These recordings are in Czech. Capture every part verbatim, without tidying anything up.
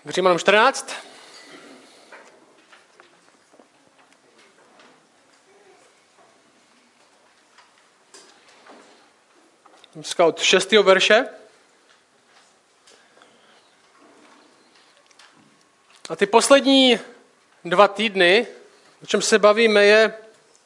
Římanům čtrnáct. Dneska od šestého verše. A ty poslední dva týdny, o čem se bavíme, je,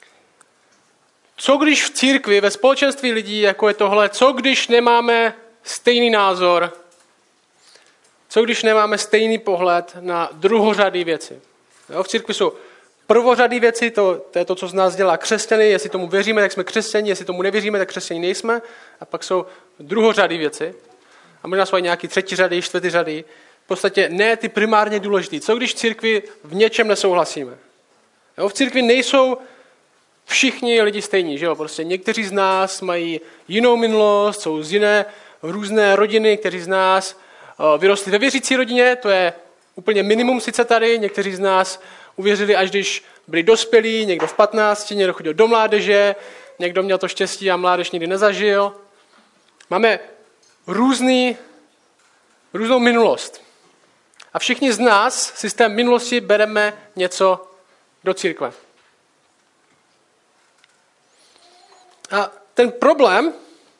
co když v církvi, ve společenství lidí, jako je tohle, co když nemáme stejný názor, co když nemáme stejný pohled na druhořadý věci. Jo, v církvi jsou prvořadý věci, to, to je to, co z nás dělá křesťany, jestli tomu věříme, tak jsme křesťani, jestli tomu nevěříme, tak křesťani nejsme. A pak jsou druhořadý věci. A možná jsou nějaký třetí řady, čtvrtý řady. V podstatě ne ty primárně důležitý. Co když v církvi v něčem nesouhlasíme? Jo, v církvi nejsou všichni lidi stejní. Že jo? Prostě někteří z nás mají jinou minulost, jsou z jiné různé rodiny, kteří z nás vyrostli ve věřící rodině, to je úplně minimum sice tady, někteří z nás uvěřili, až když byli dospělí, někdo v patnácti, někdo chodil do mládeže, někdo měl to štěstí a mládež nikdy nezažil. Máme různý, různou minulost. A všichni z nás si z té minulosti bereme něco do církve. A ten problém,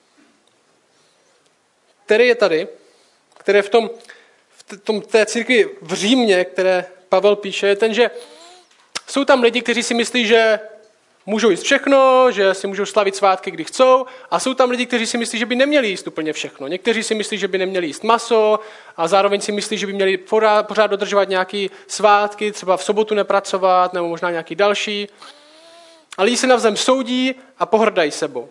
který je tady, který je v tom, v tom té církvi v Římě, které Pavel píše, je ten, že jsou tam lidi, kteří si myslí, že můžou jíst všechno, že si můžou slavit svátky, kdy chcou, a jsou tam lidi, kteří si myslí, že by neměli jíst úplně všechno. Někteří si myslí, že by neměli jíst maso a zároveň si myslí, že by měli pořád, pořád dodržovat nějaké svátky, třeba v sobotu nepracovat nebo možná nějaký další. A lidi se navzájem soudí a pohrdají sebou.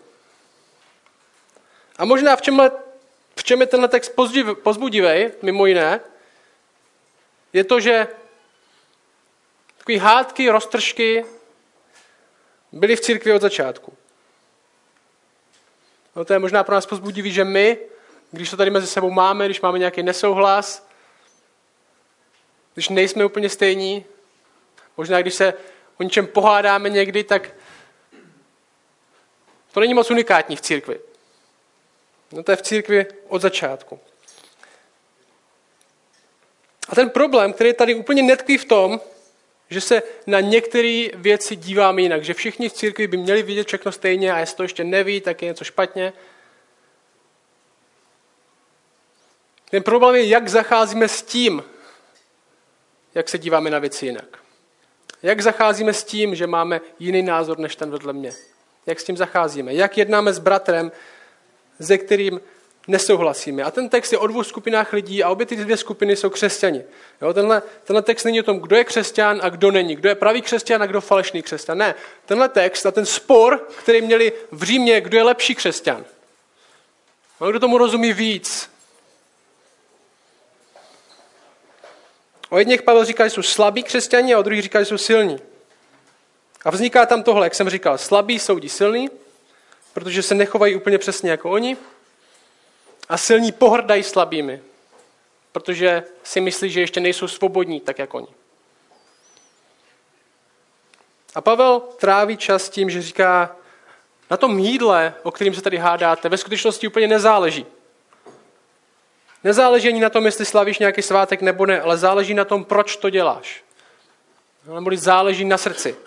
A možná v čemhle, v čem je tenhle text pozbudivý, mimo jiné, je to, že takové hádky, roztržky byly v církvi od začátku. No to je možná pro nás pozbudivý, že my, když to tady mezi sebou máme, když máme nějaký nesouhlas, když nejsme úplně stejní, možná když se o něčem pohádáme někdy, tak to není moc unikátní v církvi. No to je v církvi od začátku. A ten problém, který je tady úplně netkví v tom, že se na některé věci díváme jinak, že všichni v církvi by měli vidět všechno stejně a jestli to ještě neví, tak je něco špatně. Ten problém je, jak zacházíme s tím, jak se díváme na věci jinak. Jak zacházíme s tím, že máme jiný názor než ten vedle mě. Jak s tím zacházíme. Jak jednáme s bratrem, se kterým nesouhlasíme. A ten text je o dvou skupinách lidí a obě ty dvě skupiny jsou křesťani. Jo, tenhle, tenhle text není o tom, kdo je křesťan a kdo není. Kdo je pravý křesťan a kdo falešný křesťan. Ne, tenhle text a ten spor, který měli v Římě, kdo je lepší křesťan. No, kdo tomu rozumí víc. O jedněch Pavel říká, že jsou slabí křesťani a o druhých říká, že jsou silní. A vzniká tam tohle, jak jsem říkal, slabí soudí silný, protože se nechovají úplně přesně jako oni. A silní pohrdají slabými, protože si myslí, že ještě nejsou svobodní, tak jak oni. A Pavel tráví čas tím, že říká, na tom jídle, o kterém se tady hádáte, ve skutečnosti úplně nezáleží. Nezáleží ani na tom, jestli slavíš nějaký svátek nebo ne, ale záleží na tom, proč to děláš. Nebo záleží na srdci.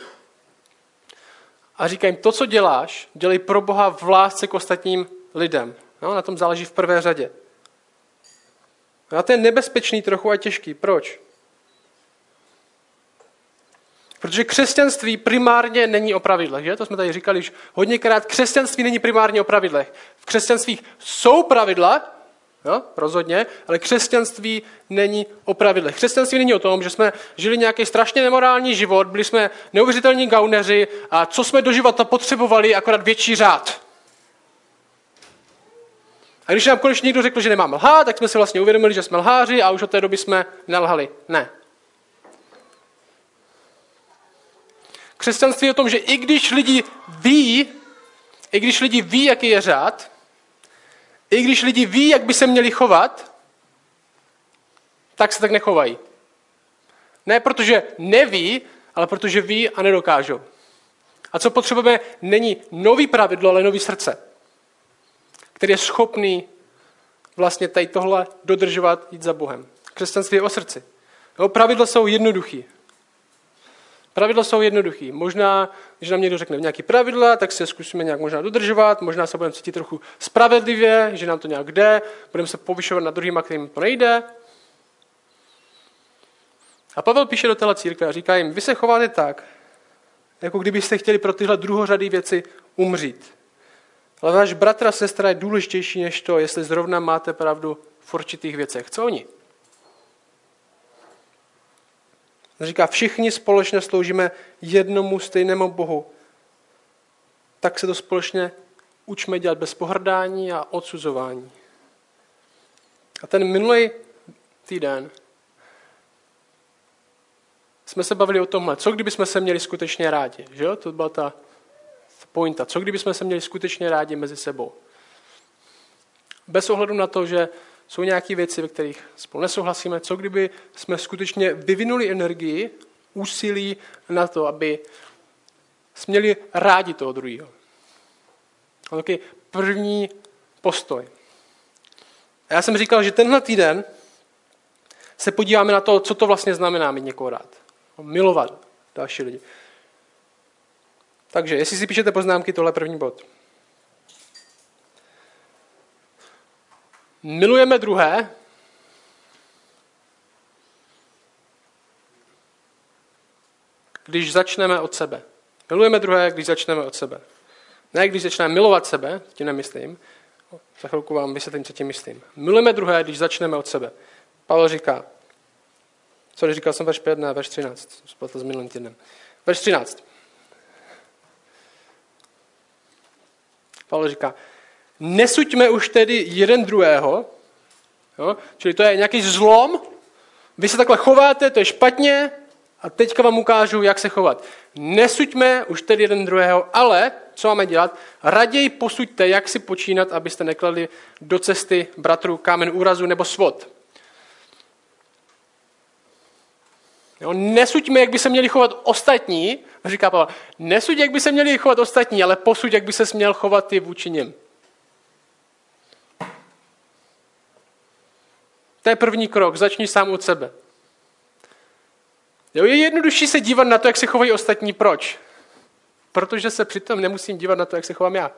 A říká jim, to, co děláš, dělej pro Boha v lásce k ostatním lidem. No, na tom záleží v prvé řadě. A to je nebezpečný trochu a těžký. Proč? Protože křesťanství primárně není o pravidlech, že? To jsme tady říkali už hodněkrát. Křesťanství není primárně o pravidlech. V křesťanství jsou pravidla, jo, rozhodně, ale křesťanství není o pravidlech. Křesťanství není o tom, že jsme žili nějaký strašně nemorální život, byli jsme neuvěřitelní gauneři a co jsme do života potřebovali, akorát větší řád. A když nám konečně někdo řekl, že nemáme lhát, tak jsme si vlastně uvědomili, že jsme lháři a už od té doby jsme nelhali. Ne. Křesťanství je o tom, že i když lidi ví, i když lidi ví, jaký je řád, i když lidi ví, jak by se měli chovat, tak se tak nechovají. Ne protože neví, ale protože ví a nedokážou. A co potřebujeme, není nový pravidlo, ale nový srdce, který je schopný vlastně tady tohle dodržovat, jít za Bohem. Křesťanství je o srdci. Jo, pravidla jsou jednoduchý. Pravidla jsou jednoduchý. Možná, když nám někdo řekne nějaké pravidla, tak se zkusíme nějak možná dodržovat, možná se budeme cítit trochu spravedlivě, že nám to nějak jde, budeme se povyšovat na druhýma, kterým to nejde. A Pavel píše do téhle církve a říká jim, vy se chováte tak, jako kdybyste chtěli pro tyhle druhořadé věci umřít. Ale váš bratr a sestra je důležitější než to, jestli zrovna máte pravdu v určitých věcech. Co oni? Říká, všichni společně sloužíme jednomu stejnému Bohu. Tak se to společně učme dělat bez pohrdání a odsuzování. A ten minulý týden jsme se bavili o tomhle. Co kdybychom se měli skutečně rádi? Že jo? To byla ta pointa. Co kdybychom se měli skutečně rádi mezi sebou? Bez ohledu na to, že jsou nějaké věci, ve kterých spolu nesouhlasíme. Co kdyby jsme skutečně vyvinuli energii, úsilí na to, aby jsme měli rádi toho druhého. A takový první postoj. A já jsem říkal, že tenhle týden se podíváme na to, co to vlastně znamená mít někoho rád. Milovat další lidi. Takže, jestli si píšete poznámky, tohle je první bod. Milujeme druhé, když začneme od sebe. Milujeme druhé, když začneme od sebe. Ne, když začneme milovat sebe, tím nemyslím. Za chvilku vám vysvětlím, co tím myslím. Milujeme druhé, když začneme od sebe. Pavel říká, co říkal jsem verš pět, ne, verš třináct. Spletl s minulým týdnem. Verš třináct. Pavel říká, nesuďme už tedy jeden druhého, jo? Čili to je nějaký zlom, vy se takhle chováte, to je špatně a teďka vám ukážu, jak se chovat. Nesuďme už tedy jeden druhého, ale co máme dělat? Raději posuďte, jak si počínat, abyste nekladli do cesty bratrů kámen úrazu nebo svod. Jo? Nesuďme, jak by se měli chovat ostatní, říká Pavel, nesuď, jak by se měli chovat ostatní, ale posuď, jak by se směl chovat ty vůči nim. To je první krok, začni sám od sebe. Jo, je jednodušší se dívat na to, jak se chovají ostatní. Proč? Protože se přitom nemusím dívat na to, jak se chovám já.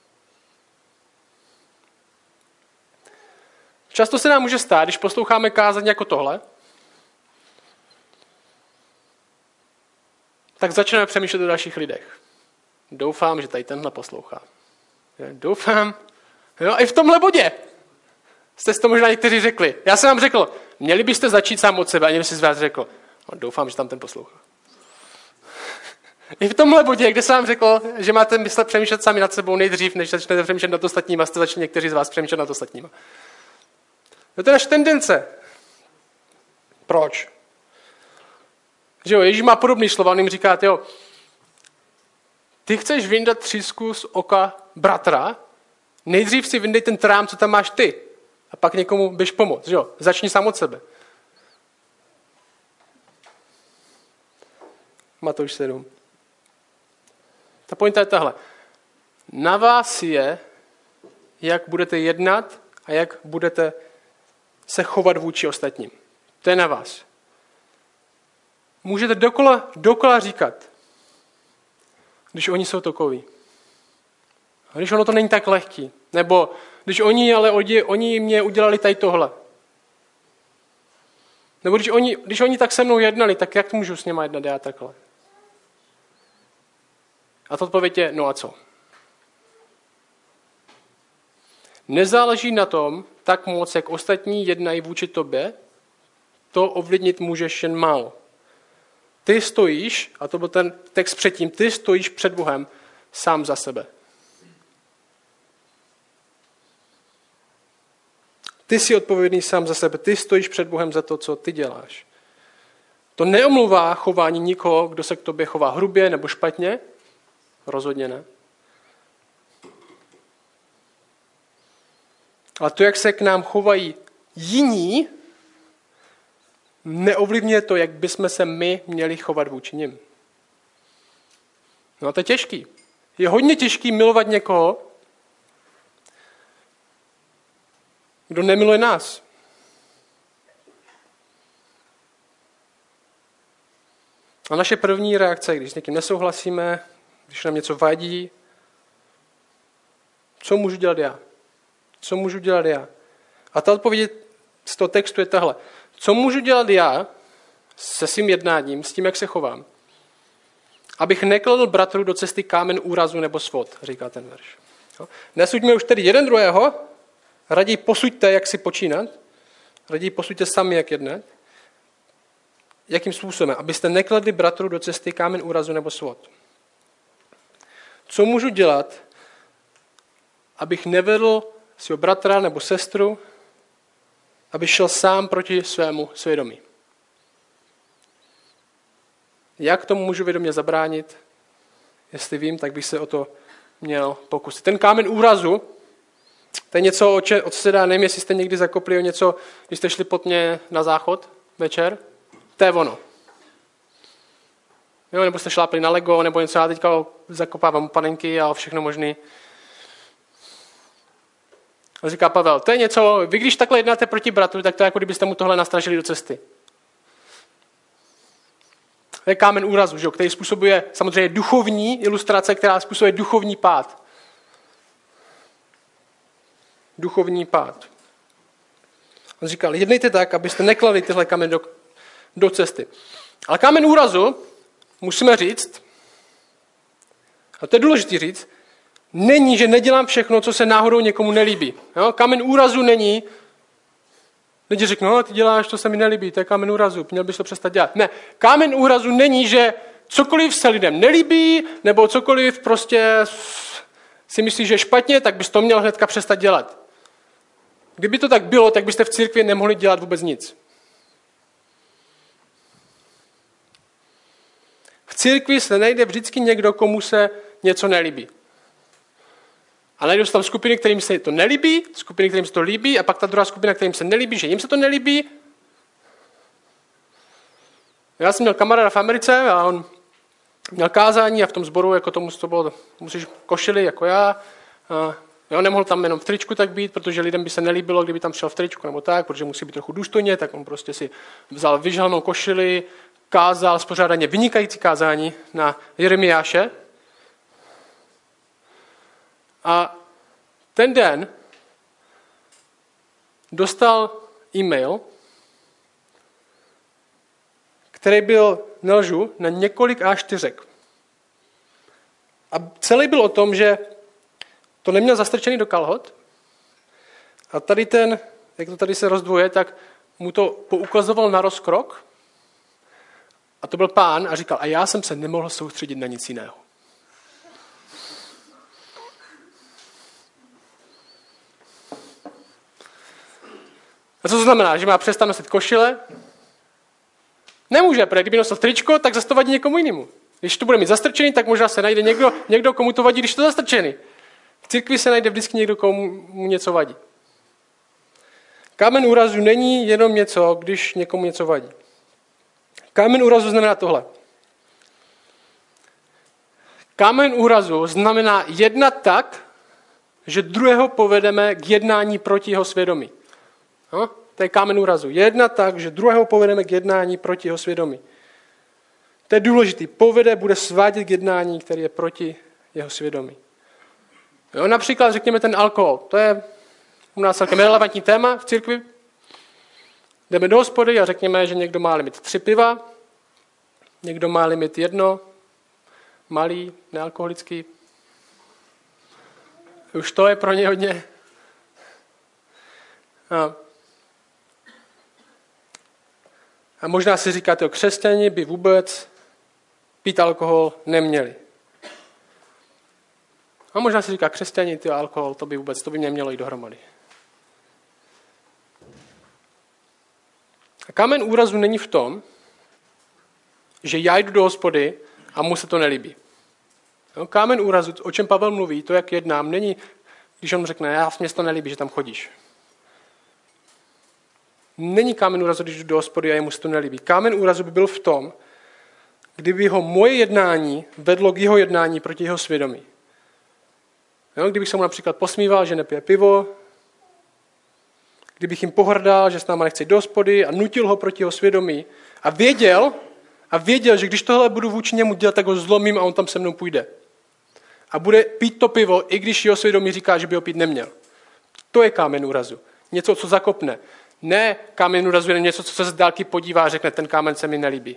Často se nám může stát, když posloucháme kázání jako tohle, tak začneme přemýšlet o dalších lidech. Doufám, že tady tenhle poslouchá. Doufám. Jo, i v tomhle bodě jste si to možná někteří řekli. Já jsem vám řekl, měli byste začít sám od sebe, a někdo si z vás řekl, no, doufám, že tam ten poslouchá. I v tomhle bodě, kde jsem vám řekl, že máte myslet přemýšlet sami nad sebou nejdřív, než začnete přemýšlet nad ostatníma, jste začali někteří z vás přemýšlet nad ostatníma. No to je naše tendence. Proč? Že jo, Ježíš má podobný slova, on jim říká, jo, ty chceš vyndat třísku z oka bratra, nejdřív si vyndej ten trám, co tam máš ty, a pak někomu běž pomoct, že jo, začni sám od sebe. Matouš sedm. Ta pointa je tahle. Na vás je, jak budete jednat a jak budete se chovat vůči ostatním. To je na vás. Můžete dokola, dokola říkat, když oni jsou takoví. A když ono to není tak lehký. Nebo když oni, ale oni, oni mě udělali tady tohle. Nebo když oni, když oni tak se mnou jednali, tak jak můžu s něma jednat já takhle? A to odpověď je, no a co? Nezáleží na tom tak moc, jak ostatní jednají vůči tobě, to ovlivnit můžeš jen málo. Ty stojíš, a to byl ten text předtím, ty stojíš před Bohem sám za sebe. Ty jsi odpovědný sám za sebe, ty stojíš před Bohem za to, co ty děláš. To neomluvá chování nikoho, kdo se k tobě chová hrubě nebo špatně, rozhodně ne. Ale to, jak se k nám chovají jiní, neovlivňuje to, jak bychom se my měli chovat vůči nim. No a to je těžký. Je hodně těžký milovat někoho, kdo nemiluje nás. A naše první reakce, když s někým nesouhlasíme, když nám něco vadí, co můžu dělat já? Co můžu dělat já? A ta odpověď z toho textu je tahle. Co můžu dělat já se svým jednáním, s tím, jak se chovám? Abych nekladl bratru do cesty kámen úrazu nebo svod, říká ten verš. Nesuďme už tedy jeden druhého, raději posuďte, jak si počínat, raději posuďte sami, jak jednat. Jakým způsobem? Abyste nekladli bratru do cesty kámen úrazu nebo svod. Co můžu dělat, abych nevedl svého bratra nebo sestru, aby šel sám proti svému svědomí? Jak tomu můžu vědomě zabránit? Jestli vím, tak bych se o to měl pokusit. Ten kámen úrazu, to je něco, o co se dá, nevím, jestli jste někdy zakopli o něco, když jste šli pod mě na záchod večer, to je ono. Jo, nebo jste šlápli na Lego, nebo něco, já teďka zakopávám panenky a všechno možný. A říká Pavel, to je něco, vy když takhle jednáte proti bratru, tak to je jako kdybyste mu tohle nastražili do cesty. To je kámen úrazu, že? Který způsobuje samozřejmě duchovní ilustrace, která způsobuje duchovní pád. Duchovní pád. On říkal, jednejte tak, abyste nekladli tyhle kámen do, do cesty. Ale kámen úrazu, musíme říct, a to je důležité říct, není, že nedělám všechno, co se náhodou někomu nelíbí. Jo? Kámen úrazu není, lidi řeknou, no, ty děláš, to se mi nelíbí, to je kámen úrazu, měl bys to přestat dělat. Ne, kámen úrazu není, že cokoliv se lidem nelíbí, nebo cokoliv prostě si myslíš, že je špatně, tak bys to měl hnedka přestat dělat. Kdyby to tak bylo, tak byste v církvi nemohli dělat vůbec nic. V církvi se najde vždycky někdo, komu se něco nelíbí. A najdou se tam skupiny, kterým se to nelíbí, skupiny, kterým se to líbí, a pak ta druhá skupina, kterým se nelíbí, že jim se to nelíbí. Já jsem měl kamaráda v Americe a on měl kázání a v tom sboru, jako tomu to bylo, musíš košili jako já. A jo, nemohl tam jenom v tričku tak být, protože lidem by se nelíbilo, kdyby tam šel v tričku nebo tak, protože musí být trochu důstojně, tak on prostě si vzal vyžhalnou košili, kázal spořádaně vynikající kázání na Jeremiáše. A ten den dostal e-mail, který byl, nelžu, na několik á čtyřek. A celý byl o tom, že to neměl zastrčený do kalhot. A tady ten, jak to tady se rozdvoje, tak mu to poukazoval na rozkrok. A to byl pán a říkal, a já jsem se nemohl soustředit na nic jiného. A co to znamená? Že má přestat nosit košile? Nemůže, protože kdyby nosil tričko, tak zase to vadí někomu jinému. Když to bude mít zastrčený, tak možná se najde někdo, někdo komu to vadí, když to je zastrčený. V církvi se najde vždycky někdo, komu mu něco vadí. Kámen úrazu není jenom něco, když někomu něco vadí. Kámen úrazu znamená tohle. Kámen úrazu znamená jednat tak, že druhého povedeme k jednání proti jeho svědomí. No, to je kámen úrazu. Jednat tak, že druhého povedeme k jednání proti jeho svědomí. To je důležitý. Povede, bude svádět k jednání, který je proti jeho svědomí. Jo, například řekněme ten alkohol. To je u nás celkem relevantní téma v církvi. Jdeme do hospody a řekněme, že někdo má limit tři piva, někdo má limit jedno, malý, nealkoholický. Už to je pro ně hodně. A, a možná si říkáte, že křesťani by vůbec pít alkohol neměli. A možná si říká, křesťani, ty alkohol, to by vůbec, to by nemělo jít dohromady. A kámen úrazu není v tom, že já jdu do hospody a mu se to nelíbí. No, kámen úrazu, o čem Pavel mluví, to, jak jednám, není, když on řekne, já mě to nelíbí, že tam chodíš. Není kámen úrazu, když jdu do hospody a jemu se to nelíbí. Kámen úrazu by byl v tom, kdyby ho moje jednání vedlo k jeho jednání proti jeho svědomí. Jo, kdybych se mu například posmíval, že nepije pivo, kdybych jim pohrdal, že s náma nechce jít do hospody a nutil ho proti jeho svědomí a věděl, a věděl, že když tohle budu vůči němu dělat, tak ho zlomím a on tam se mnou půjde. A bude pít to pivo, i když jeho svědomí říká, že by ho pít neměl. To je kámen úrazu. Něco, co zakopne. Ne kámen úrazu, jen něco, co se z dálky podívá a řekne, ten kámen se mi nelíbí.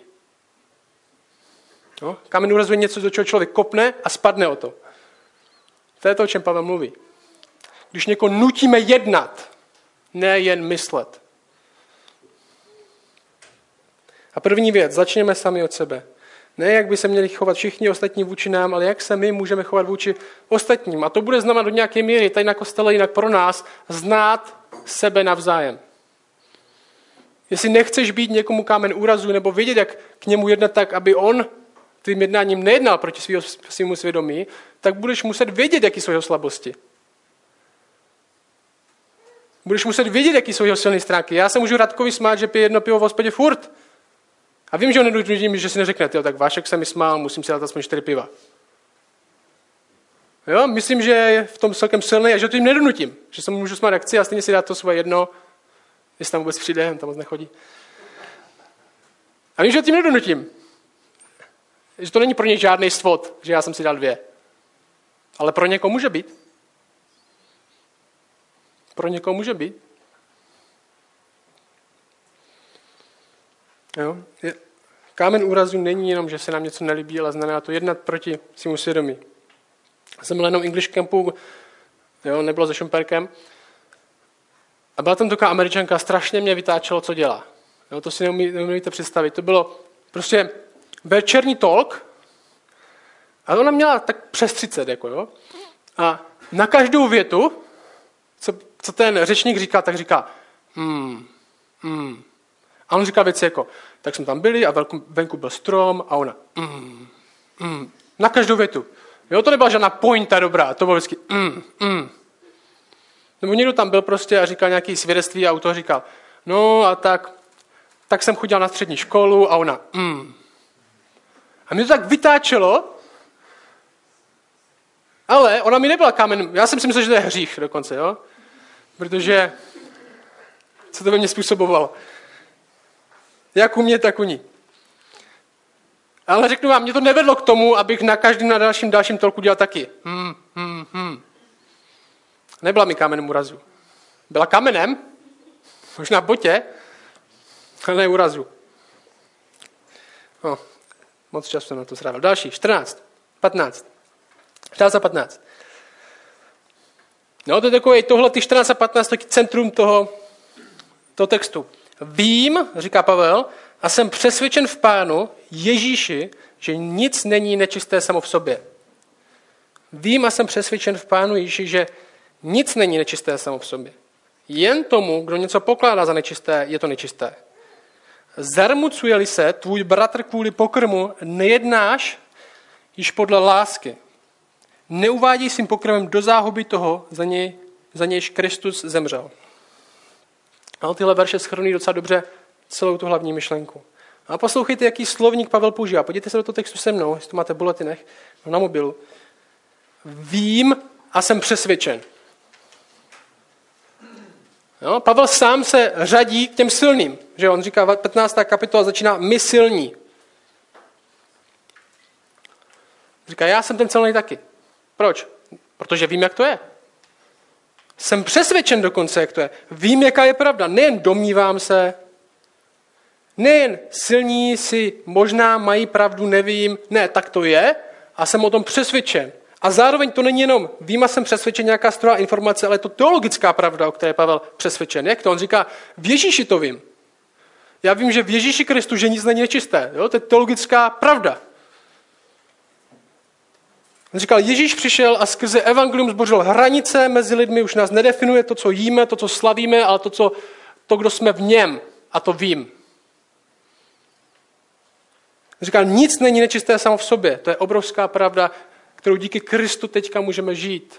No? Kámen úrazu je něco, do čeho člověk kopne a spadne o to. To je to, o čem Pavel mluví. Když někoho nutíme jednat, ne jen myslet. A první věc, začněme sami od sebe. Ne, jak by se měli chovat všichni ostatní vůči nám, ale jak se my můžeme chovat vůči ostatním. A to bude znamenat do nějaké míry, tady na kostele, jinak pro nás, znát sebe navzájem. Jestli nechceš být někomu kámen úrazu, nebo vědět, jak k němu jednat tak, aby on tvým jednáním nejednal proti svýho, svýmu svědomí, tak budeš muset vědět, jaký jsou jeho slabosti. Budeš muset vědět, jaký jsou jeho silné stránky. Já se můžu Radkovi smát, že pije jedno pivo v hospodě furt. A vím, že ho nedonutím, že si neřekne, tyjo, tak Vášek se mi smál, musím si dát aspoň čtyři piva. Jo, myslím, že je v tom celkem silný a že to jim nedonutím. Že se mu můžu smát akci a stejně si dát to svoje jedno, jestli tam vůbec přijde, on tam moc nechodí. A vím, že to tím nedonutím. Že to není pro něj žádný svod, že já jsem si dal dvě. Ale pro někoho může být. Pro někoho může být. Jo? Kámen úrazu není jenom, že se nám něco nelíbí, ale znamená to jednat proti svému svědomí. Jsem byl jenom v English campu, jo, nebylo se Šumperkem, a byla tam taková Američanka, strašně mě vytáčelo, co dělá. Jo, to si neumí, neumíte představit. To bylo prostě večerní talk, a ona měla tak přes třicet, jako jo. A na každou větu, co, co ten řečník říká, tak říká hmm, hmm. A on říká věci jako, tak jsme tam byli a velku, venku byl strom a ona mm, mm, na každou větu. Jo, to nebyla žádná pointa dobrá, to bylo vždycky mm, mm. Nebo někdo tam byl prostě a říkal nějaké svědectví a u toho říkal, no a tak, tak jsem chodil na střední školu a ona mm. A mě to tak vytáčelo, ale ona mi nebyla kámen, já jsem si myslel, že to je hřích dokonce, jo, protože co to ve mně způsobovalo. Jak u mě, tak u ní. Ale řeknu vám, mě to nevedlo k tomu, abych na každém na dalším dalším tolku dělal taky. Hmm, hmm, hmm. Nebyla mi kámenem úrazu. Byla kamenem, možná v botě, ale ne úrazu. No, moc času jsem na to strávil. Další, čtrnáct, patnáct. čtrnáct a patnáct. No, to je takové, tohle, ty čtrnáct a patnáct, to je centrum toho, toho textu. Vím, říká Pavel, a jsem přesvědčen v Pánu Ježíši, že nic není nečisté samo v sobě. Vím a jsem přesvědčen v Pánu Ježíši, že nic není nečisté samo v sobě. Jen tomu, kdo něco pokládá za nečisté, je to nečisté. Zarmucuje-li se tvůj bratr kvůli pokrmu, nejednáš již podle lásky. Neuvádí svým pokrmem do záhuby toho, za něj, za nějž Kristus zemřel. Ale tyhle verše shrnují docela dobře celou tu hlavní myšlenku. A poslouchejte, jaký slovník Pavel používá. Podívejte se do toho textu se mnou, jestli to máte v bulletinech, na mobilu. Vím a jsem přesvědčen. Jo? Pavel sám se řadí k těm silným. Že on říká, patnáctá kapitola začíná my silní. Říká, já jsem ten silný taky. Proč? Protože vím, jak to je. Jsem přesvědčen dokonce, jak to je. Vím, jaká je pravda. Nejen domnívám se, nejen silní si možná mají pravdu, nevím. Ne, tak to je a jsem o tom přesvědčen. A zároveň to není jenom vím a jsem přesvědčen nějaká strohá informace, ale je to teologická pravda, o které je Pavel přesvědčen. Jak to? On říká, v Ježíši to vím. Já vím, že v Ježíši Kristu, že nic není nečisté. Jo? To je teologická pravda. On říkal, Ježíš přišel a skrze evangelium zbořil hranice mezi lidmi, už nás nedefinuje to, co jíme, to, co slavíme, ale to, co, to kdo jsme v něm. A to vím. On říkal, nic není nečisté samo v sobě. To je obrovská pravda, kterou díky Kristu teďka můžeme žít.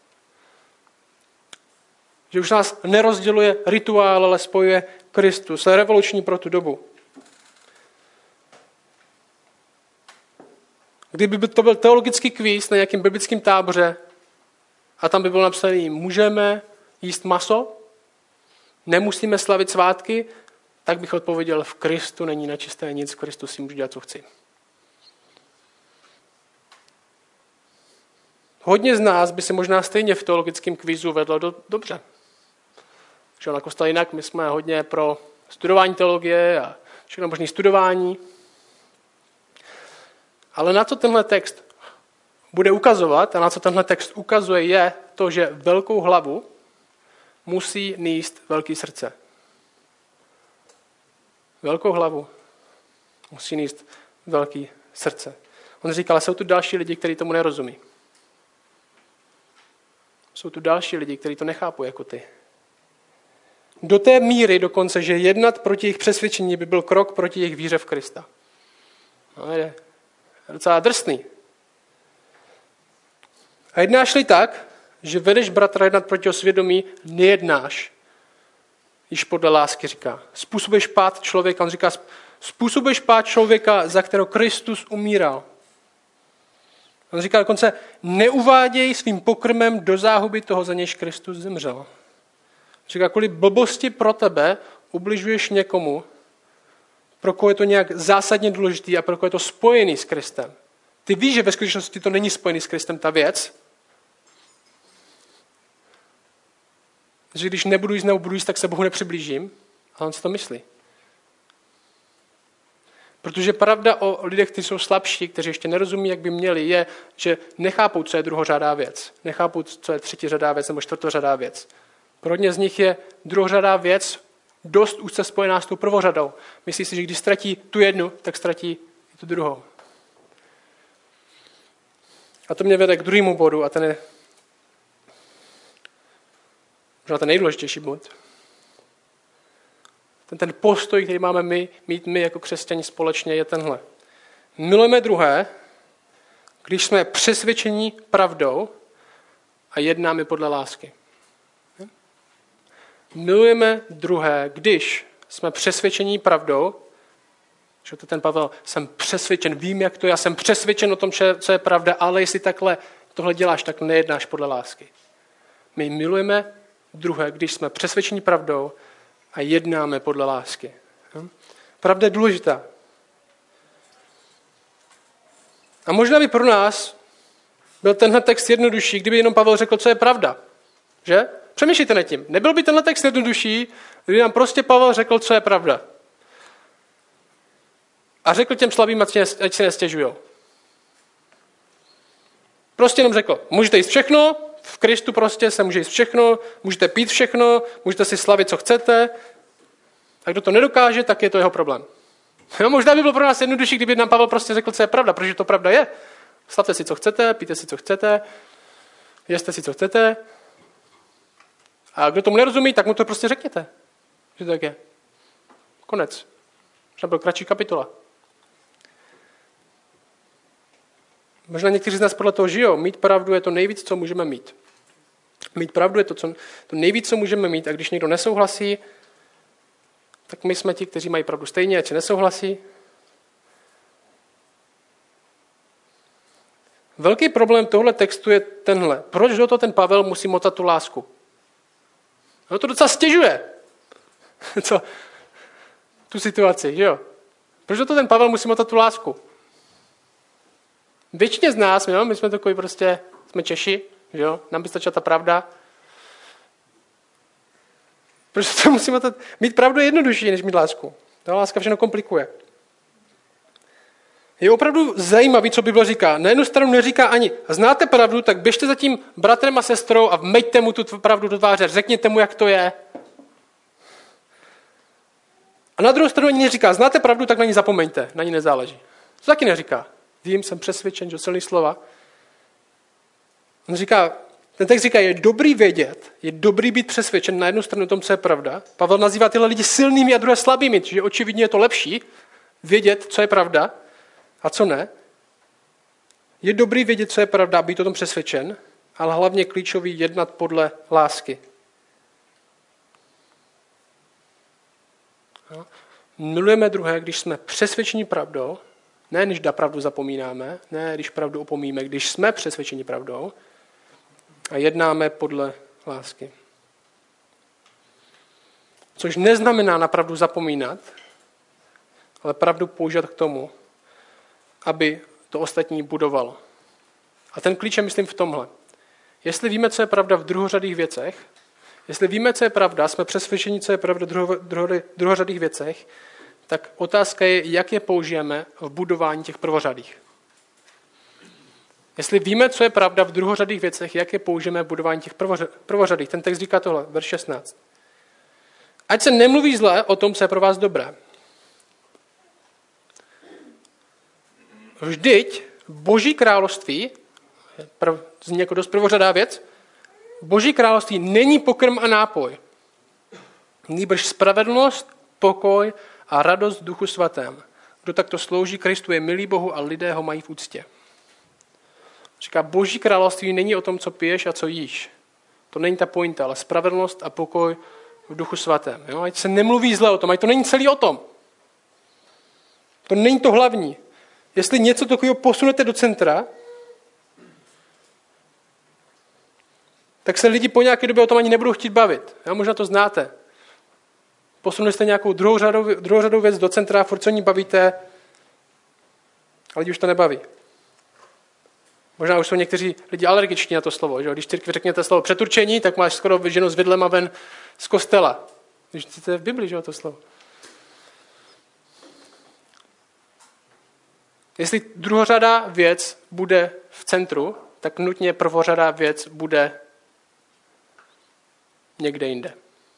Že už nás nerozděluje rituál, ale spojuje Kristus. To je revoluční pro tu dobu. Kdyby to byl teologický kvíz na nějakým biblickém táboře a tam by bylo napsané, můžeme jíst maso, nemusíme slavit svátky, tak bych odpověděl, v Kristu není nečisté nic, v Kristu si můžu dělat, co chci. Hodně z nás by se možná stejně v teologickém kvízu vedlo do, dobře. Že na kostele jinak, my jsme hodně pro studování teologie a všechno možné studování. Ale na co tenhle text bude ukazovat a na co tenhle text ukazuje je to, že velkou hlavu musí nést velký srdce. Velkou hlavu musí nést velký srdce. On říkal, ale jsou tu další lidi, kteří tomu nerozumí. Jsou tu další lidi, kteří to nechápou jako ty. Do té míry dokonce, že jednat proti jejich přesvědčení by byl krok proti jejich víře v Krista. No, je docela drsný. A jednáš-li tak, že vedeš bratra jednat proti jeho svědomí, nejednáš. Již podle lásky říká. Způsobuješ pád člověka, on říká, způsobuješ pád člověka, za kterého Kristus umíral. On říká dokonce, neuváděj svým pokrmem do záhuby toho, za nějž Kristus zemřel. Říká, kvůli blbosti pro tebe ubližuješ někomu, pro koho je to nějak zásadně důležitý a pro koho je to spojený s Kristem. Ty víš, že ve skutečnosti to není spojený s Kristem ta věc, že když nebudu jíst nebo budu jíst, tak se Bohu nepřiblížím, ale on si to myslí. Protože pravda o lidech, kteří jsou slabší, kteří ještě nerozumí, jak by měli, je, že nechápou, co je druhořadá věc. Nechápou, co je třetiřadá věc nebo čtvrtořadá věc. Pro hodně z nich je druhořadá věc dost úzce spojená s tou prvořadou. Myslí si, že když ztratí tu jednu, tak ztratí i tu druhou. A to mě vede k druhému bodu a ten je možná ten nejdůležitější bod. Ten, ten postoj, který máme my, mít my jako křesťani společně, je tenhle. Milujeme druhé, když jsme přesvědčení pravdou a jednáme podle lásky. Milujeme druhé, když jsme přesvědčení pravdou, že to ten Pavel, jsem přesvědčen, vím, jak to je, já jsem přesvědčen o tom, co je pravda, ale jestli takhle tohle děláš, tak nejednáš podle lásky. My milujeme druhé, když jsme přesvědčení pravdou a jednáme podle lásky. Pravda je důležitá. A možná by pro nás byl tenhle text jednodušší, kdyby jenom Pavel řekl, co je pravda. Že? Přemýšlejte nad tím. Nebyl by tenhle text jednodušší, kdyby nám prostě Pavel řekl, co je pravda. A řekl těm slabým, ať si nestěžujou. Prostě jenom řekl, můžete jíst všechno, v Kristu prostě se může jíst všechno, můžete pít všechno, můžete si slavit, co chcete. A kdo to nedokáže, tak je to jeho problém. No, možná by bylo pro nás jednodušší, kdyby nám Pavel prostě řekl, co je pravda, protože to pravda je. Slavte si, co chcete, pijte si, co chcete, jeste si, co chcete. A kdo tomu nerozumí, tak mu to prostě řekněte. Že to tak je. Konec. Možná byl kratší kapitola. Možná někteří z nás podle toho žijou. Mít pravdu je to nejvíc, co můžeme mít. Mít pravdu je to, co, to nejvíc, co můžeme mít. A když někdo nesouhlasí, tak my jsme ti, kteří mají pravdu stejně, ať se nesouhlasí. Velký problém tohle textu je tenhle. Proč do toho ten Pavel musí motat tu lásku? No to docela stěžuje. Co? Tu situaci, že jo? Proč do toho ten Pavel musí motat tu lásku? Většině z nás, jo, my jsme takový prostě, jsme Češi, že jo? Nám by stačila ta pravda. Proč to musíme motat? Mít pravdu je jednodušší, než mít lásku. Ta láska všechno komplikuje. Je opravdu zajímavý, co Bible říká. Na jednu stranu neříká ani, znáte pravdu, tak běžte za tím bratrem a sestrou a vmeďte mu tu pravdu do tváře, řekněte mu, jak to je. A na druhou stranu ani neříká, znáte pravdu, tak na ní zapomeňte, na ní nezáleží. To taky neříká. Vím, jsem přesvědčen, že silný slova. On říká, ten text říká, je dobrý vědět, je dobrý být přesvědčen na jednu stranu o tom, co je pravda. Pavel nazývá tyhle lidi silnými a druhé slabými, čiže očividně je to lepší vědět, co je pravda a co ne. Je dobrý vědět, co je pravda a být o tom přesvědčen, ale hlavně klíčový jednat podle lásky. No. Milujeme druhé, když jsme přesvědčeni pravdou, ne když na pravdu zapomínáme, ne když pravdu opomíme, když jsme přesvědčeni pravdou a jednáme podle lásky. Což neznamená napravdu zapomínat, ale pravdu používat k tomu, aby to ostatní budovalo. A ten klíč je, myslím, v tomhle. Jestli víme, co je pravda v druhořadých věcech, jestli víme, co je pravda, jsme přesvědčeni, co je pravda v druho, druho, druhořadých věcech, tak otázka je, jak je použijeme v budování těch prvořadých. Jestli víme, co je pravda v druhořadých věcech, jak je použijeme v budování těch prvořadých. Ten text říká tohle, verš šestnáct. Ať se nemluví zle o tom, co je pro vás dobré. Vždyť Boží království, zní jako dost prvořadá věc, Boží království není pokrm a nápoj. Nýbrž spravedlnost, pokoj a radost v duchu svatém. Kdo takto slouží Kristu, je milý Bohu a lidé ho mají v úctě. Říká, Boží království není o tom, co piješ a co jíš. To není ta pointa, ale spravedlnost a pokoj v duchu svatém. Jo? Ať se nemluví zle o tom, ať to není celý o tom. To není to hlavní. Jestli něco takového posunete do centra, tak se lidi po nějaké době o tom ani nebudou chtít bavit. Jo? Možná to znáte. Posunuli jste nějakou druhořadou, druhořadou věc do centra, furt se o ní bavíte, a lidi už to nebaví. Možná už jsou někteří lidi alergičtí na to slovo. Že? Když církvi řekněte slovo přeturčení, tak máš skoro ženu s vidlem a ven z kostela. Když to je v Bibli, že to slovo. Jestli druhořadá věc bude v centru, tak nutně prvořadá věc bude někde jinde.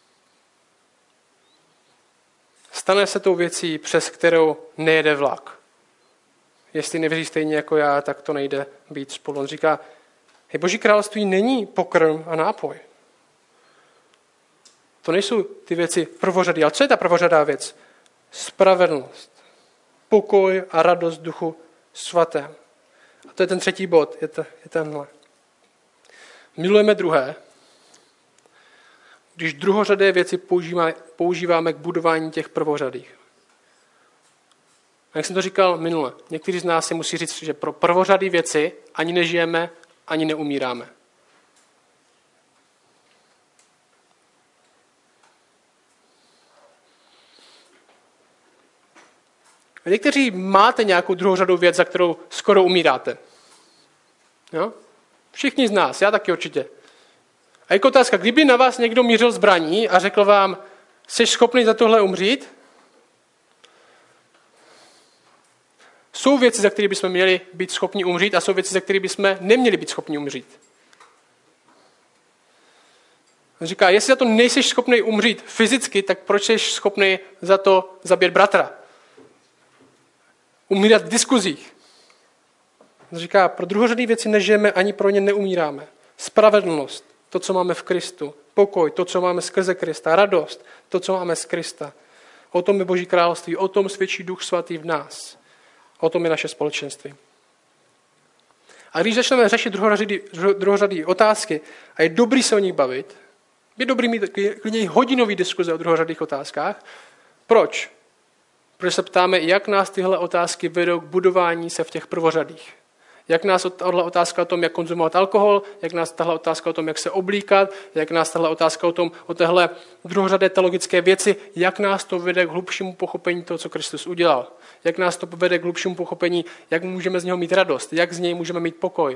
Stane se tou věcí, přes kterou nejede vlak. Jestli nevěří stejně jako já, tak to nejde být spolu. On říká, hej, Boží království není pokrm a nápoj. To nejsou ty věci prvořadé. Ale co je ta prvořadá věc? Spravedlnost, pokoj a radost duchu svatém. A to je ten třetí bod, je, to, je tenhle. Milujeme druhé, když druhořadé věci používáme, používáme k budování těch prvořadých. A jak jsem to říkal minule, někteří z nás si musí říct, že pro prvořadé věci ani nežijeme, ani neumíráme. A někteří máte nějakou druhořadou věc, za kterou skoro umíráte. Jo? Všichni z nás, já taky určitě. A jako otázka, kdyby na vás někdo mířil zbraní a řekl vám, jsi schopný za tohle umřít? Jsou věci, za které bychom měli být schopni umřít a jsou věci, za které bychom neměli být schopni umřít. On říká, jestli za to nejsi schopný umřít fyzicky, tak proč jsi schopný za to zabít bratra? Umírat v diskuzích. On říká, pro druhořadé věci nežijeme, ani pro ně neumíráme. Spravedlnost, to, co máme v Kristu. Pokoj, to, co máme skrze Krista. Radost, to, co máme z Krista. O tom je Boží království, o tom svědčí Duch Svatý v nás. O tom je naše společenství. A když začneme řešit druhořadé otázky a je dobrý se o nich bavit, je dobrý mít klidně hodinový diskuze o druhořadých otázkách. Proč? Protože se ptáme, jak nás tyhle otázky vedou k budování se v těch prvořadých. Jak nás tahle otázka o tom, jak konzumovat alkohol, jak nás tahle otázka o tom, jak se oblíkat, jak nás tahle otázka o tom, o téhle druhořadé teologické věci, jak nás to vede k hlubšímu pochopení toho, co Kristus udělal. Jak nás to vede k hlubšímu pochopení, jak můžeme z něho mít radost, jak z něj můžeme mít pokoj.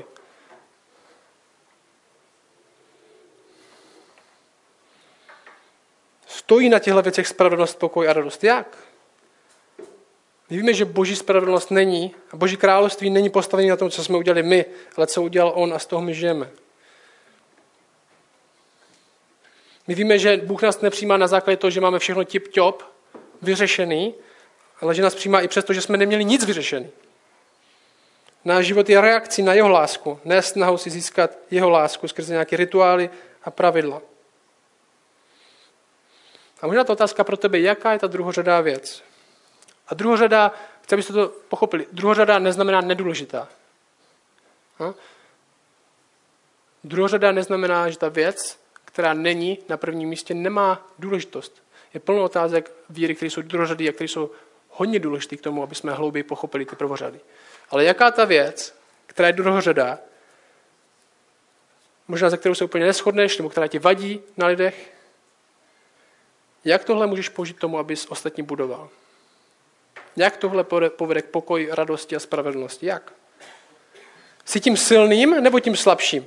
Stojí na těchto věcech spravedlnost, pokoj a radost. Jak? My víme, že Boží spravedlnost není a Boží království není postavené na tom, co jsme udělali my, ale co udělal on a z toho my žijeme. My víme, že Bůh nás nepřijímá na základě toho, že máme všechno tip-top vyřešený, ale že nás přijímá i přesto, že jsme neměli nic vyřešený. Náš život je reakcí na jeho lásku, ne snahou si získat jeho lásku skrze nějaké rituály a pravidla. A možná ta otázka pro tebe, jaká je ta druhořadá věc? A druhořada, chci, abyste to pochopili, druhořada neznamená nedůležitá. No? Druhořada neznamená, že ta věc, která není na prvním místě, nemá důležitost. Je plno otázek víry, které jsou druhořady a které jsou hodně důležité k tomu, aby jsme hlouběji pochopili ty prvořady. Ale jaká ta věc, která je druhořada, možná za kterou se úplně neshodneš, nebo která ti vadí na lidech, Jak tohle můžeš použít tomu, abys ostatní budoval? Jak tohle povede k pokoji, radosti a spravedlnosti? Jak? Jsi tím silným nebo tím slabším?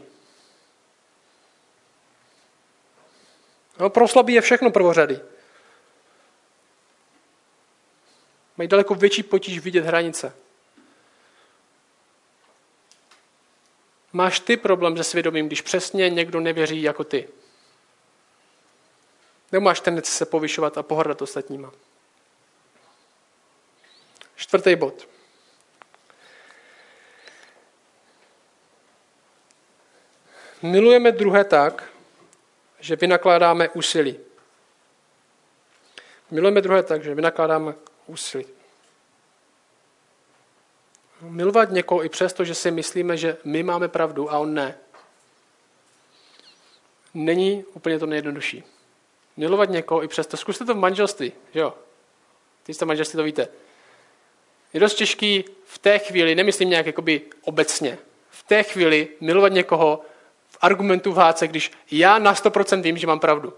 No, pro slabý je všechno prvořady. Mají daleko větší potíž vidět hranice. Máš ty problém se svědomím, když přesně někdo nevěří jako ty. Nebo máš tendenci se povyšovat a pohrdat ostatníma. Čtvrtý bod. Milujeme druhé tak, že vynakládáme úsilí. Milujeme druhé tak, že vynakládáme úsilí. Milovat někoho i přesto, že si myslíme, že my máme pravdu a on ne, není úplně to nejjednodušší. Milovat někoho i přesto. Zkuste to v manželství, že jo? Ty jste v manželství, to víte. Je dost těžký v té chvíli, nemyslím nějak jakoby obecně, v té chvíli milovat někoho v argumentu v hádce, když já na sto procent vím, že mám pravdu.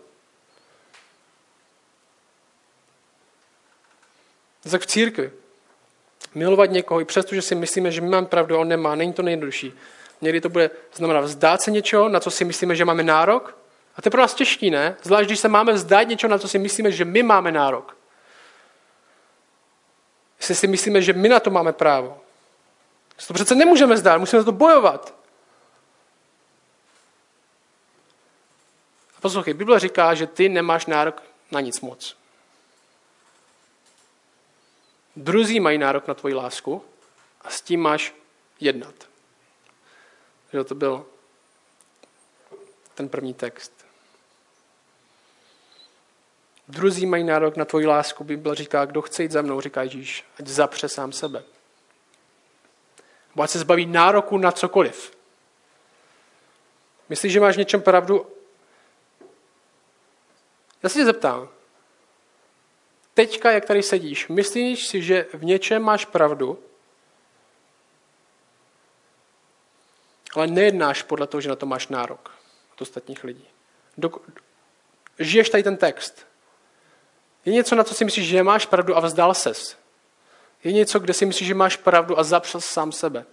Tak v církvi. Milovat někoho i přesto, že si myslíme, že my máme pravdu a on nemá, není to nejjednodušší. Někdy to bude znamená vzdát se něčeho, na co si myslíme, že máme nárok. A to je pro nás těžký, ne? Zvlášť, když se máme vzdát něčeho, na co si myslíme, že my máme nárok. Jestli si myslíme, že my na to máme právo. To přece nemůžeme vzdát, musíme za to bojovat. A poslouchej, Bible říká, že ty nemáš nárok na nic moc. Druzí mají nárok na tvoji lásku a s tím máš jednat. Že to byl ten první text. Druzí mají nárok na tvoji lásku. Bible říká, kdo chce jít za mnou, říká Ježíš, ať zapře sám sebe. Bo ať se zbaví nároku na cokoliv. Myslíš, že máš v něčem pravdu? Já se tě zeptám. Teďka, jak tady sedíš, myslíš si, že v něčem máš pravdu, ale nejednáš podle toho, že na to máš nárok od ostatních lidí. Dok- žiješ tady ten text. Je něco, na co si myslíš, že máš pravdu a vzdal ses. Je něco, kde si myslíš, že máš pravdu a zapřel sám sebe.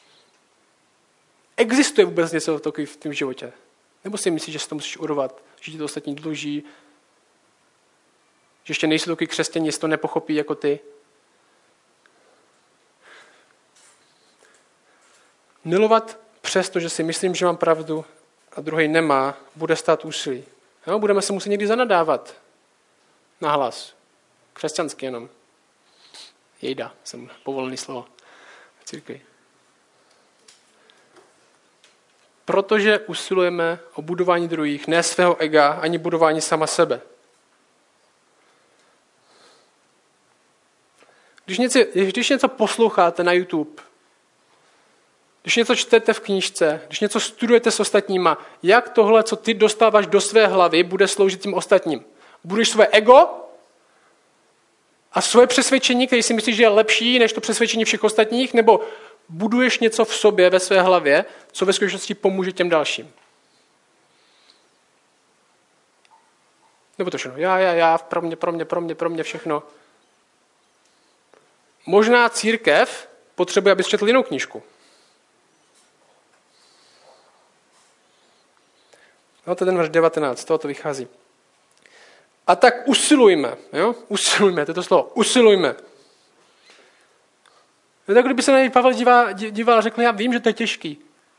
Existuje vůbec něco takového v tom životě? Nebo si myslíš, že si to musíš urvat, že ti to ostatní dluží, že ještě nejsou takový křesťané, jestli to nepochopí jako ty? Milovat přesto, že si myslím, že mám pravdu a druhý nemá, bude stát úsilí. Jo, budeme se muset někdy zanadávat na hlas. Křesťansky jenom. Jejda, jsem povolený slovo v církvi. Protože usilujeme o budování druhých, ne svého ega, ani budování sama sebe. Když něco, když něco posloucháte na YouTube, když něco čtete v knížce, když něco studujete s ostatníma, jak tohle, co ty dostáváš do své hlavy, bude sloužit tím ostatním? Budeš své ego a svoje přesvědčení, které si myslíš, že je lepší než to přesvědčení všech ostatních, nebo buduješ něco v sobě, ve své hlavě, co ve skutečnosti pomůže těm dalším? Nebo to všechno. Já, já, já, pro mě, pro mě, pro mě, pro mě všechno. Možná církev potřebuje, abys četl jinou knížku. No, to je ten verš devatenáct, z toho to vychází. A tak usilujme, jo? Usilujme, to je to slovo, usilujme. Je tak, kdyby se na něj Pavel díval, díval a řekl, já vím, že to je těžký.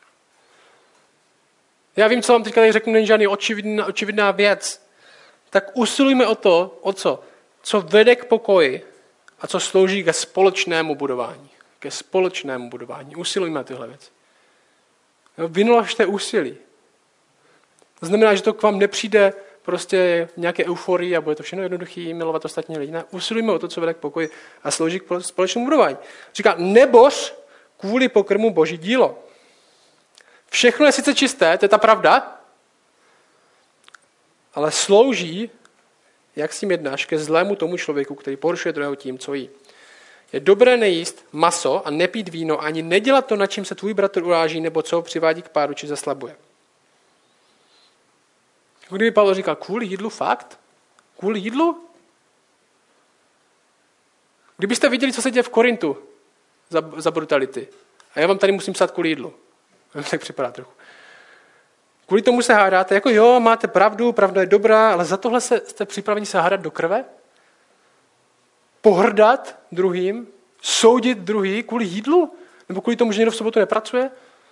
Já vím, co vám teďka tady řeknu, není žádný očividná, očividná věc. Tak usilujme o to, o co? Co vede k pokoji a co slouží ke společnému budování. Ke společnému budování. Usilujme na tyhle věci. Vynaložte úsilí. To znamená, že to k vám nepřijde prostě nějaké euforii a bude to všechno jednoduchý, milovat ostatní lidi. Ne, usilujme o to, co vede k pokoji a slouží k společnému budování. Říká, nebož kvůli pokrmu boží dílo. Všechno je sice čisté, to je ta pravda, ale slouží, jak s tím jednáš, ke zlému tomu člověku, který porušuje druhého tím, co jí. Je dobré nejíst maso a nepít víno, ani nedělat to, na čím se tvůj bratr uráží, nebo co ho přivádí k pádu, či zaslabuje. Kdyby Pavel říkal, kvůli jídlu fakt? Kvůli jídlu? Kdybyste viděli, co se děje v Korintu za, za brutality. A já vám tady musím psát kvůli jídlu. Tak připadá trochu. Kvůli tomu se hádáte, jako jo, máte pravdu, pravda je dobrá, ale za tohle se, jste připraveni se hádat do krve? Pohrdat druhým? Soudit druhý kvůli jídlu? Nebo kvůli tomu, že někdo v sobotu nepracuje?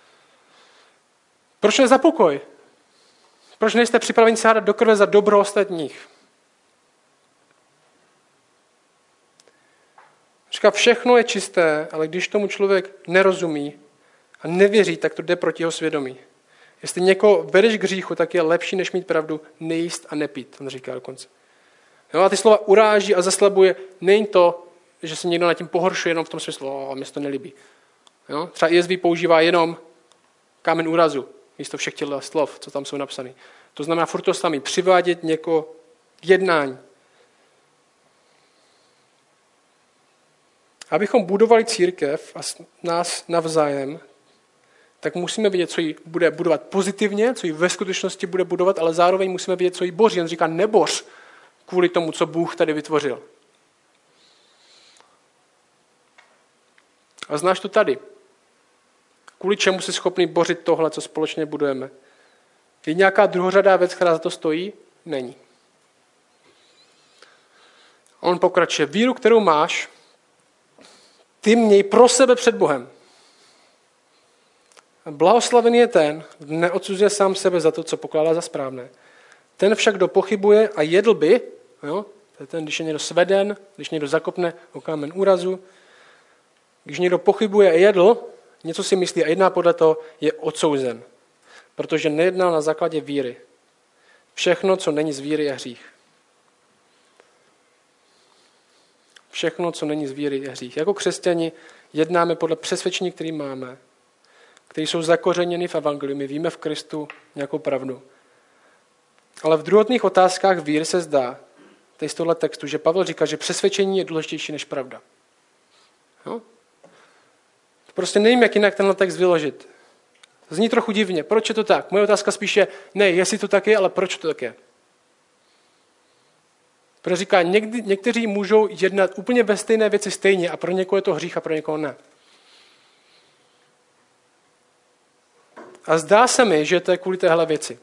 Proč ne za pokoj? Proč nejste připraveni se hádat do krve za dobro ostatních? Říká, všechno je čisté, ale když tomu člověk nerozumí a nevěří, tak to jde proti jeho svědomí. Jestli někoho vedeš k hříchu, tak je lepší, než mít pravdu, nejíst a nepít, on říká dokonce. Jo, a ty slova uráží a zaslabuje, není to, že se někdo nad tím pohoršuje jenom v tom smyslu, o, mě se to nelíbí. Jo? Třeba E S V používá jenom kámen úrazu, místo všech těchto slov, co tam jsou napsané. To znamená furt to samý, přivádět někoho k jednání. Abychom budovali církev a nás navzájem, tak musíme vidět, co ji bude budovat pozitivně, co ji ve skutečnosti bude budovat, ale zároveň musíme vidět, co ji boří. On říká, neboř kvůli tomu, co Bůh tady vytvořil. A znáš to tady. Kvůli čemu jsi schopný bořit tohle, co společně budujeme. Je nějaká druhořadá věc, která za to stojí? Není. On pokračuje. Víru, kterou máš, ty měj pro sebe před Bohem. Blahoslavený je ten, kdo neodsuzuje sám sebe za to, co pokládá za správné. Ten však, kdo pochybuje a jedl by, jo, to je ten, když je někdo sveden, když někdo zakopne o kámen úrazu, když někdo pochybuje a jedl, něco si myslí a jedná podle toho, je odsouzen. Protože nejednal na základě víry. Všechno, co není z víry, je hřích. Všechno, co není z víry, je hřích. Jako křesťani jednáme podle přesvědčení, který máme, které jsou zakořeněny v evangeliu. My víme v Kristu nějakou pravdu. Ale v druhotných otázkách víry se zdá, tady z tohle textu, že Pavel říká, že přesvědčení je důležitější než pravda. Jo? Prostě nevím, jak jinak tenhle text vyložit. Zní trochu divně. Proč je to tak? Moje otázka spíš je, ne, jestli to tak je, ale proč to tak je? Protože říká, někdy, někteří můžou jednat úplně ve stejné věci stejně a pro někoho je to hřích a pro někoho ne. A zdá se mi, že to je kvůli téhle věci.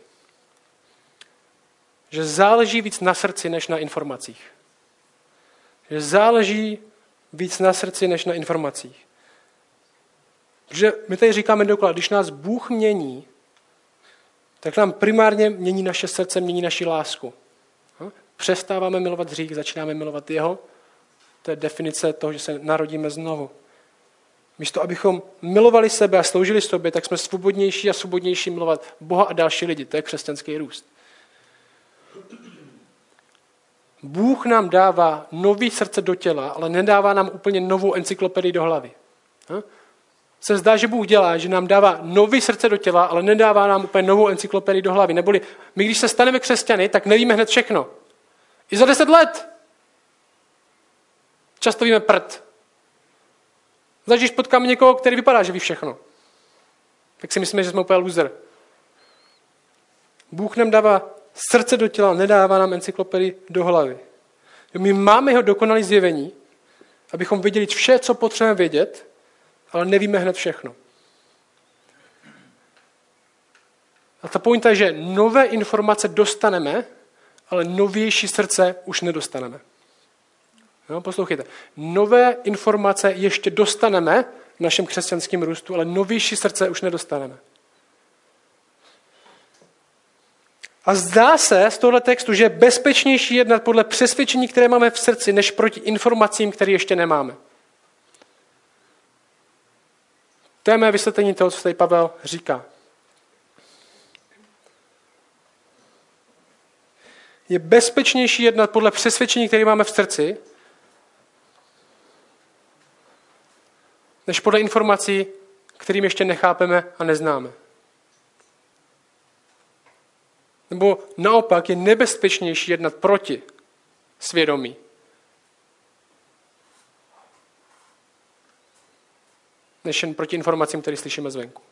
Že záleží víc na srdci, než na informacích. Že záleží víc na srdci, než na informacích. Protože my tady říkáme dokola, když nás Bůh mění, tak nám primárně mění naše srdce, mění naši lásku. Přestáváme milovat hřích, začínáme milovat jeho. To je definice toho, že se narodíme znovu. Místo, abychom milovali sebe a sloužili sobě, tak jsme svobodnější a svobodnější milovat Boha a další lidi. To je křesťanský růst. Bůh nám dává nový srdce do těla, ale nedává nám úplně novou encyklopedii do hlavy. Se zdá, že Bůh dělá, že nám dává nový srdce do těla, ale nedává nám úplně novou encyklopedii do hlavy. Neboli my, když se staneme křesťany, tak nevíme hned všechno. I za deset let. Často víme prd. Zvlášť, když potkáme někoho, který vypadá, že ví všechno. Tak si myslíme, že jsme úplně loser. Bůh nám dává srdce do těla, nedává nám encyklopedii do hlavy. My máme jeho dokonalé zjevení, abychom věděli vše, co potřebujeme vědět, ale nevíme hned všechno. A ta pointa je, že nové informace dostaneme, ale novější srdce už nedostaneme. No, poslouchejte. Nové informace ještě dostaneme v našem křesťanském růstu, ale novější srdce už nedostaneme. A zdá se z tohoto textu, že je bezpečnější jednat podle přesvědčení, které máme v srdci, než proti informacím, které ještě nemáme. To je mé vysvětlení toho, co tady Pavel říká. Je bezpečnější jednat podle přesvědčení, které máme v srdci, než podle informací, kterým ještě nechápeme a neznáme. Nebo naopak je nebezpečnější jednat proti svědomí. Než jen proti informacím, které slyšíme zvenku.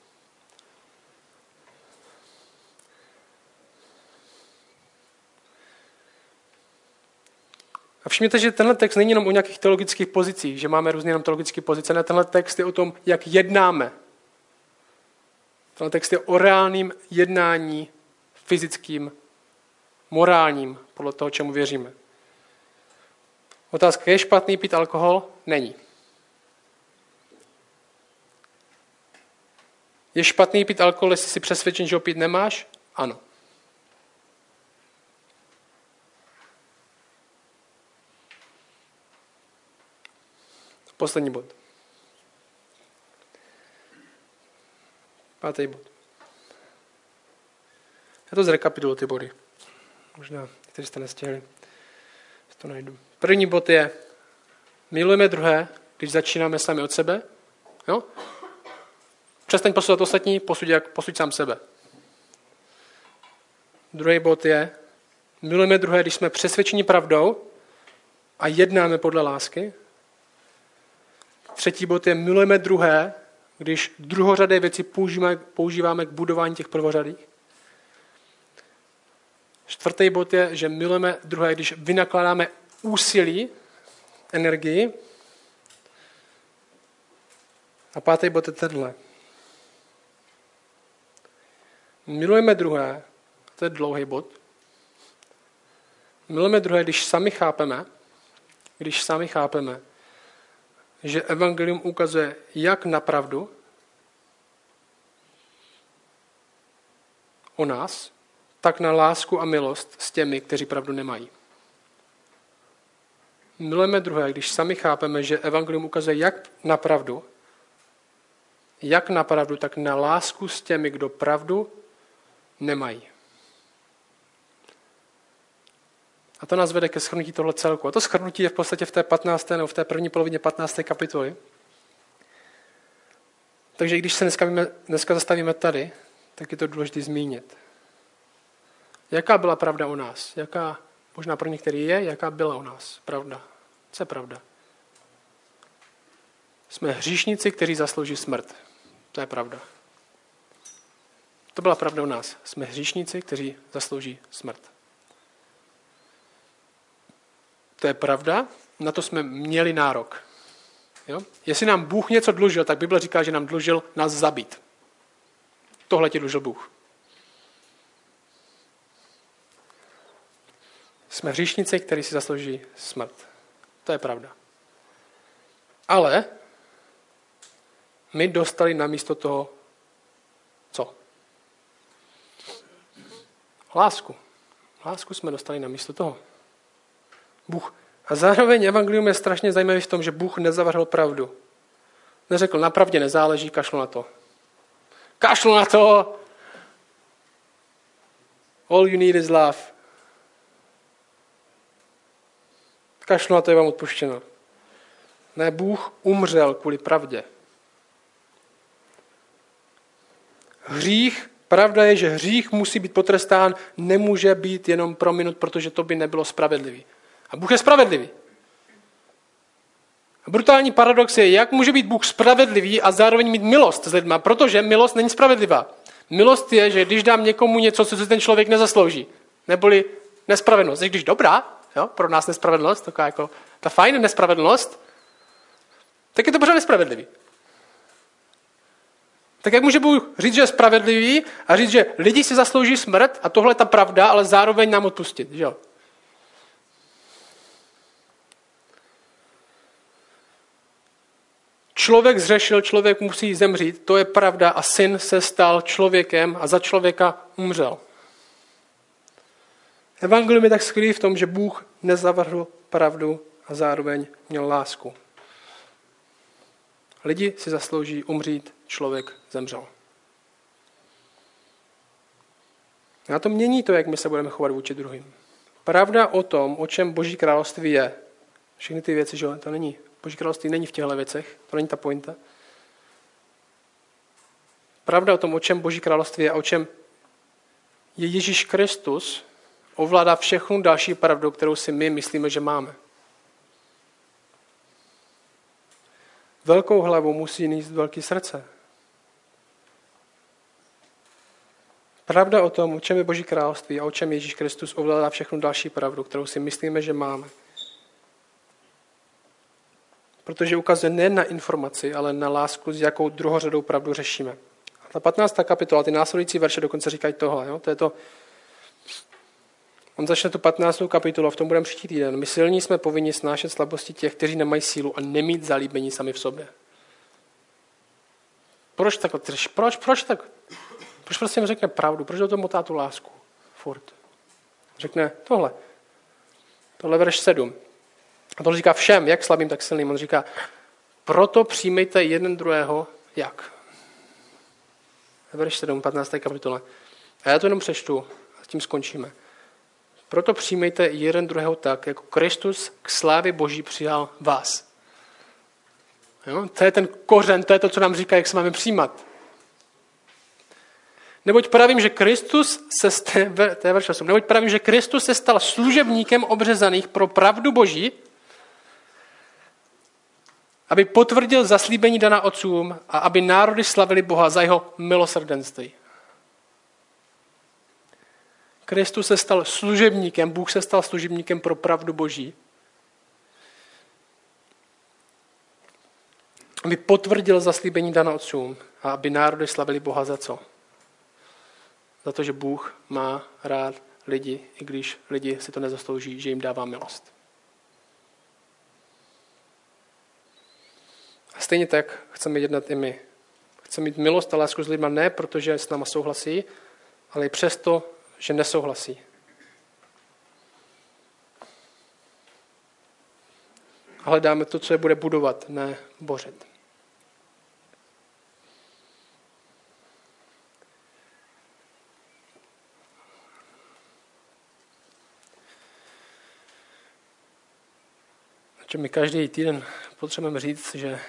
Všimněte, že tenhle text není jenom o nějakých teologických pozicích, že máme různé jenom teologické pozice, ne, tenhle text je o tom, jak jednáme. Tenhle text je o reálném jednání fyzickým, morálním, podle toho, čemu věříme. Otázka, je špatný pít alkohol? Není. Je špatný pít alkohol, jestli jsi přesvědčen, že ho pít nemáš? Ano. Poslední bod. Pátý bod. Já to zrekapituluji ty body. Možná, kteří jste nestihli. To najdu. První bod je, milujeme druhé, když začínáme sami od sebe. Jo? Přestaň posouvat ostatní, posuď, jak, posuď sám sebe. Druhý bod je, milujeme druhé, když jsme přesvědčeni pravdou a jednáme podle lásky. Třetí bod je, milujeme druhé, když druhořadé věci používáme, používáme k budování těch prvořadých. Čtvrtý bod je, že milujeme druhé, když vynakládáme úsilí, energii. A pátý bod je tenhle. Milujeme druhé, to je dlouhý bod. Milujeme druhé, když sami chápeme, když sami chápeme, že evangelium ukazuje jak na pravdu o nás, tak na lásku a milost s těmi, kteří pravdu nemají. Milujeme druhé, když sami chápeme, že evangelium ukazuje jak na pravdu, jak na pravdu, tak na lásku s těmi, kdo pravdu nemají. A to nás vede ke shrnutí tohle celku. A to shrnutí je v podstatě v té patnácté nebo v té první polovině patnácté kapitoly. Takže když se dneska, dneska zastavíme tady, tak je to důležité zmínit. Jaká byla pravda o nás? Jaká možná pro některý je, jaká byla o nás pravda? Co je pravda? Jsme hříšníci, kteří zaslouží smrt. To je pravda. To byla pravda o nás. Jsme hříšníci, kteří zaslouží smrt. To je pravda, na to jsme měli nárok. Jo? Jestli nám Bůh něco dlužil, tak Bible říká, že nám dlužil nás zabít. Tohle ti dlužil Bůh. Jsme hříšníci, kteří si zaslouží smrt. To je pravda. Ale my dostali namísto toho co? Lásku. Lásku jsme dostali namísto toho. Bůh. A zároveň evangelium je strašně zajímavý v tom, že Bůh nezavrhl pravdu. Neřekl, na pravdě nezáleží, kašlu na to. Kašlu na to! All you need is love. Kašlu na to, je vám odpuštěno. Ne, Bůh umřel kvůli pravdě. Hřích, pravda je, že hřích musí být potrestán, nemůže být jenom prominut, protože to by nebylo spravedlivý. A Bůh je spravedlivý. A brutální paradox je, jak může být Bůh spravedlivý a zároveň mít milost s lidma, protože milost není spravedlivá. Milost je, že když dám někomu něco, co si ten člověk nezaslouží, neboli nespravedlnost, když dobrá, jo, pro nás nespravedlnost, taková jako ta fajn nespravedlnost, tak je to pořád nespravedlivý. Tak jak může Bůh říct, že je spravedlivý a říct, že lidi si zaslouží smrt a tohle je ta pravda, ale zároveň nám odpustit, že jo? Člověk zřešil, člověk musí zemřít, to je pravda a syn se stal člověkem a za člověka umřel. Evangelium je tak skvělý v tom, že Bůh nezavrhl pravdu a zároveň měl lásku. Lidi si zaslouží umřít, člověk zemřel. A to mění to, jak my se budeme chovat vůči druhým. Pravda o tom, o čem Boží království je, všechny ty věci, že to není. Boží království není v těchto věcech, to není ta pointa. Pravda o tom, o čem Boží království je a o čem je Ježíš Kristus, ovládá všechnu další pravdu, kterou si my myslíme, že máme. Velkou hlavu musí nést velké srdce. Pravda o tom, o čem je Boží království a o čem Ježíš Kristus ovládá všechnu další pravdu, kterou si myslíme, že máme, protože ukazuje nejen na informaci, ale na lásku, s jakou druhořadou pravdu řešíme. A ta patnáctá kapitola, ty následující verše dokonce říkají tohle. Jo? To je to, on začne tu patnáctou kapitolu, v tom budeme příští týden. My silní jsme povinni snášet slabosti těch, kteří nemají sílu a nemít zalíbení sami v sobě. Proč tak? Proč, proč tak? Proč prostě mi řekne pravdu? Proč do toho motá tu lásku? Furt. Řekne tohle. Tohle verš sedm. A to říká všem, jak slabým, tak silným. On říká, proto přijmejte jeden druhého, jak? Verš sedm, patnácté kapitole. A já to jenom přečtu a tím skončíme. Proto přijmejte jeden druhého tak, jako Kristus k slávě Boží přijal vás. Jo? To je ten kořen, to je to, co nám říká, jak se máme přijímat. Neboť pravím, že Kristus se, to je verš osm, neboť pravím, že Kristus se stal služebníkem obřezaných pro pravdu Boží, aby potvrdil zaslíbení daná otcům a aby národy slavili Boha za jeho milosrdenství. Kristus se stal služebníkem, Bůh se stal služebníkem pro pravdu Boží. Aby potvrdil zaslíbení daná otcům a aby národy slavili Boha za co? Za to, že Bůh má rád lidi, i když lidi si to nezaslouží, že jim dává milost. A stejně tak chceme jednat i my. Chceme mít milost a lásku s lidma ne, protože s náma souhlasí, ale i přesto, že nesouhlasí. A hledáme to, co je bude budovat, ne bořit. Takže my každý týden potřebujeme říct, že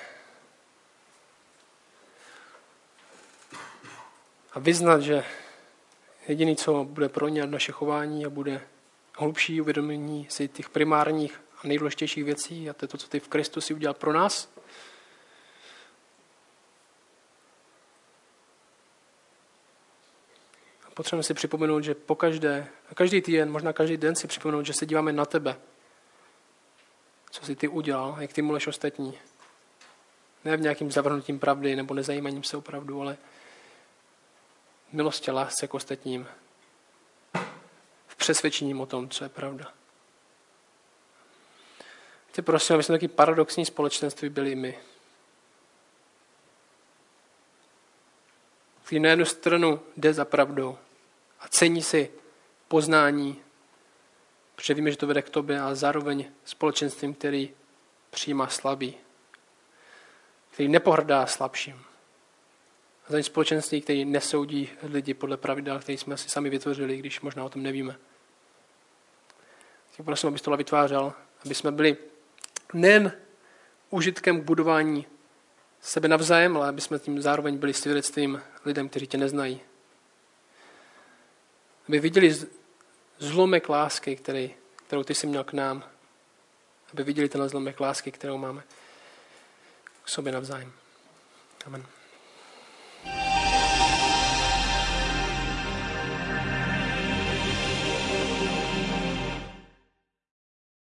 a vyznat, že jediný, co bude proměňovat naše chování a bude hlubší uvědomění si těch primárních a nejdůležitějších věcí, a to je to, co ty v Kristu si udělal pro nás. A potřebujeme si připomenout, že pokaždé, každý týden, možná každý den si připomenout, že se díváme na tebe. Co jsi ty udělal, jak ty miluješ ostatní. Ne v nějakým zavrhnutím pravdy nebo nezajímaním se opravdu, ale milostě, lásce k ostatním. V přesvědčením o tom, co je pravda. Tě prosím, aby jsme taky paradoxní společenství byli my. Který na jednu stranu jde za pravdou a cení si poznání, protože víme, že to vede k tobě, a zároveň společenstvím, který přijímá slabý, který nepohrdá slabším. A zároveň společenství, který nesoudí lidi podle pravidel, který jsme si sami vytvořili, když možná o tom nevíme. Tak prosím, abys tohle vytvářel, aby jsme byli nejen užitkem k budování sebe navzájem, ale aby jsme tím zároveň byli svědectvím lidem, kteří tě neznají. Aby viděli zlomek lásky, který, kterou ty jsi měl k nám. Aby viděli ten zlomek lásky, kterou máme k sobě navzájem. Amen.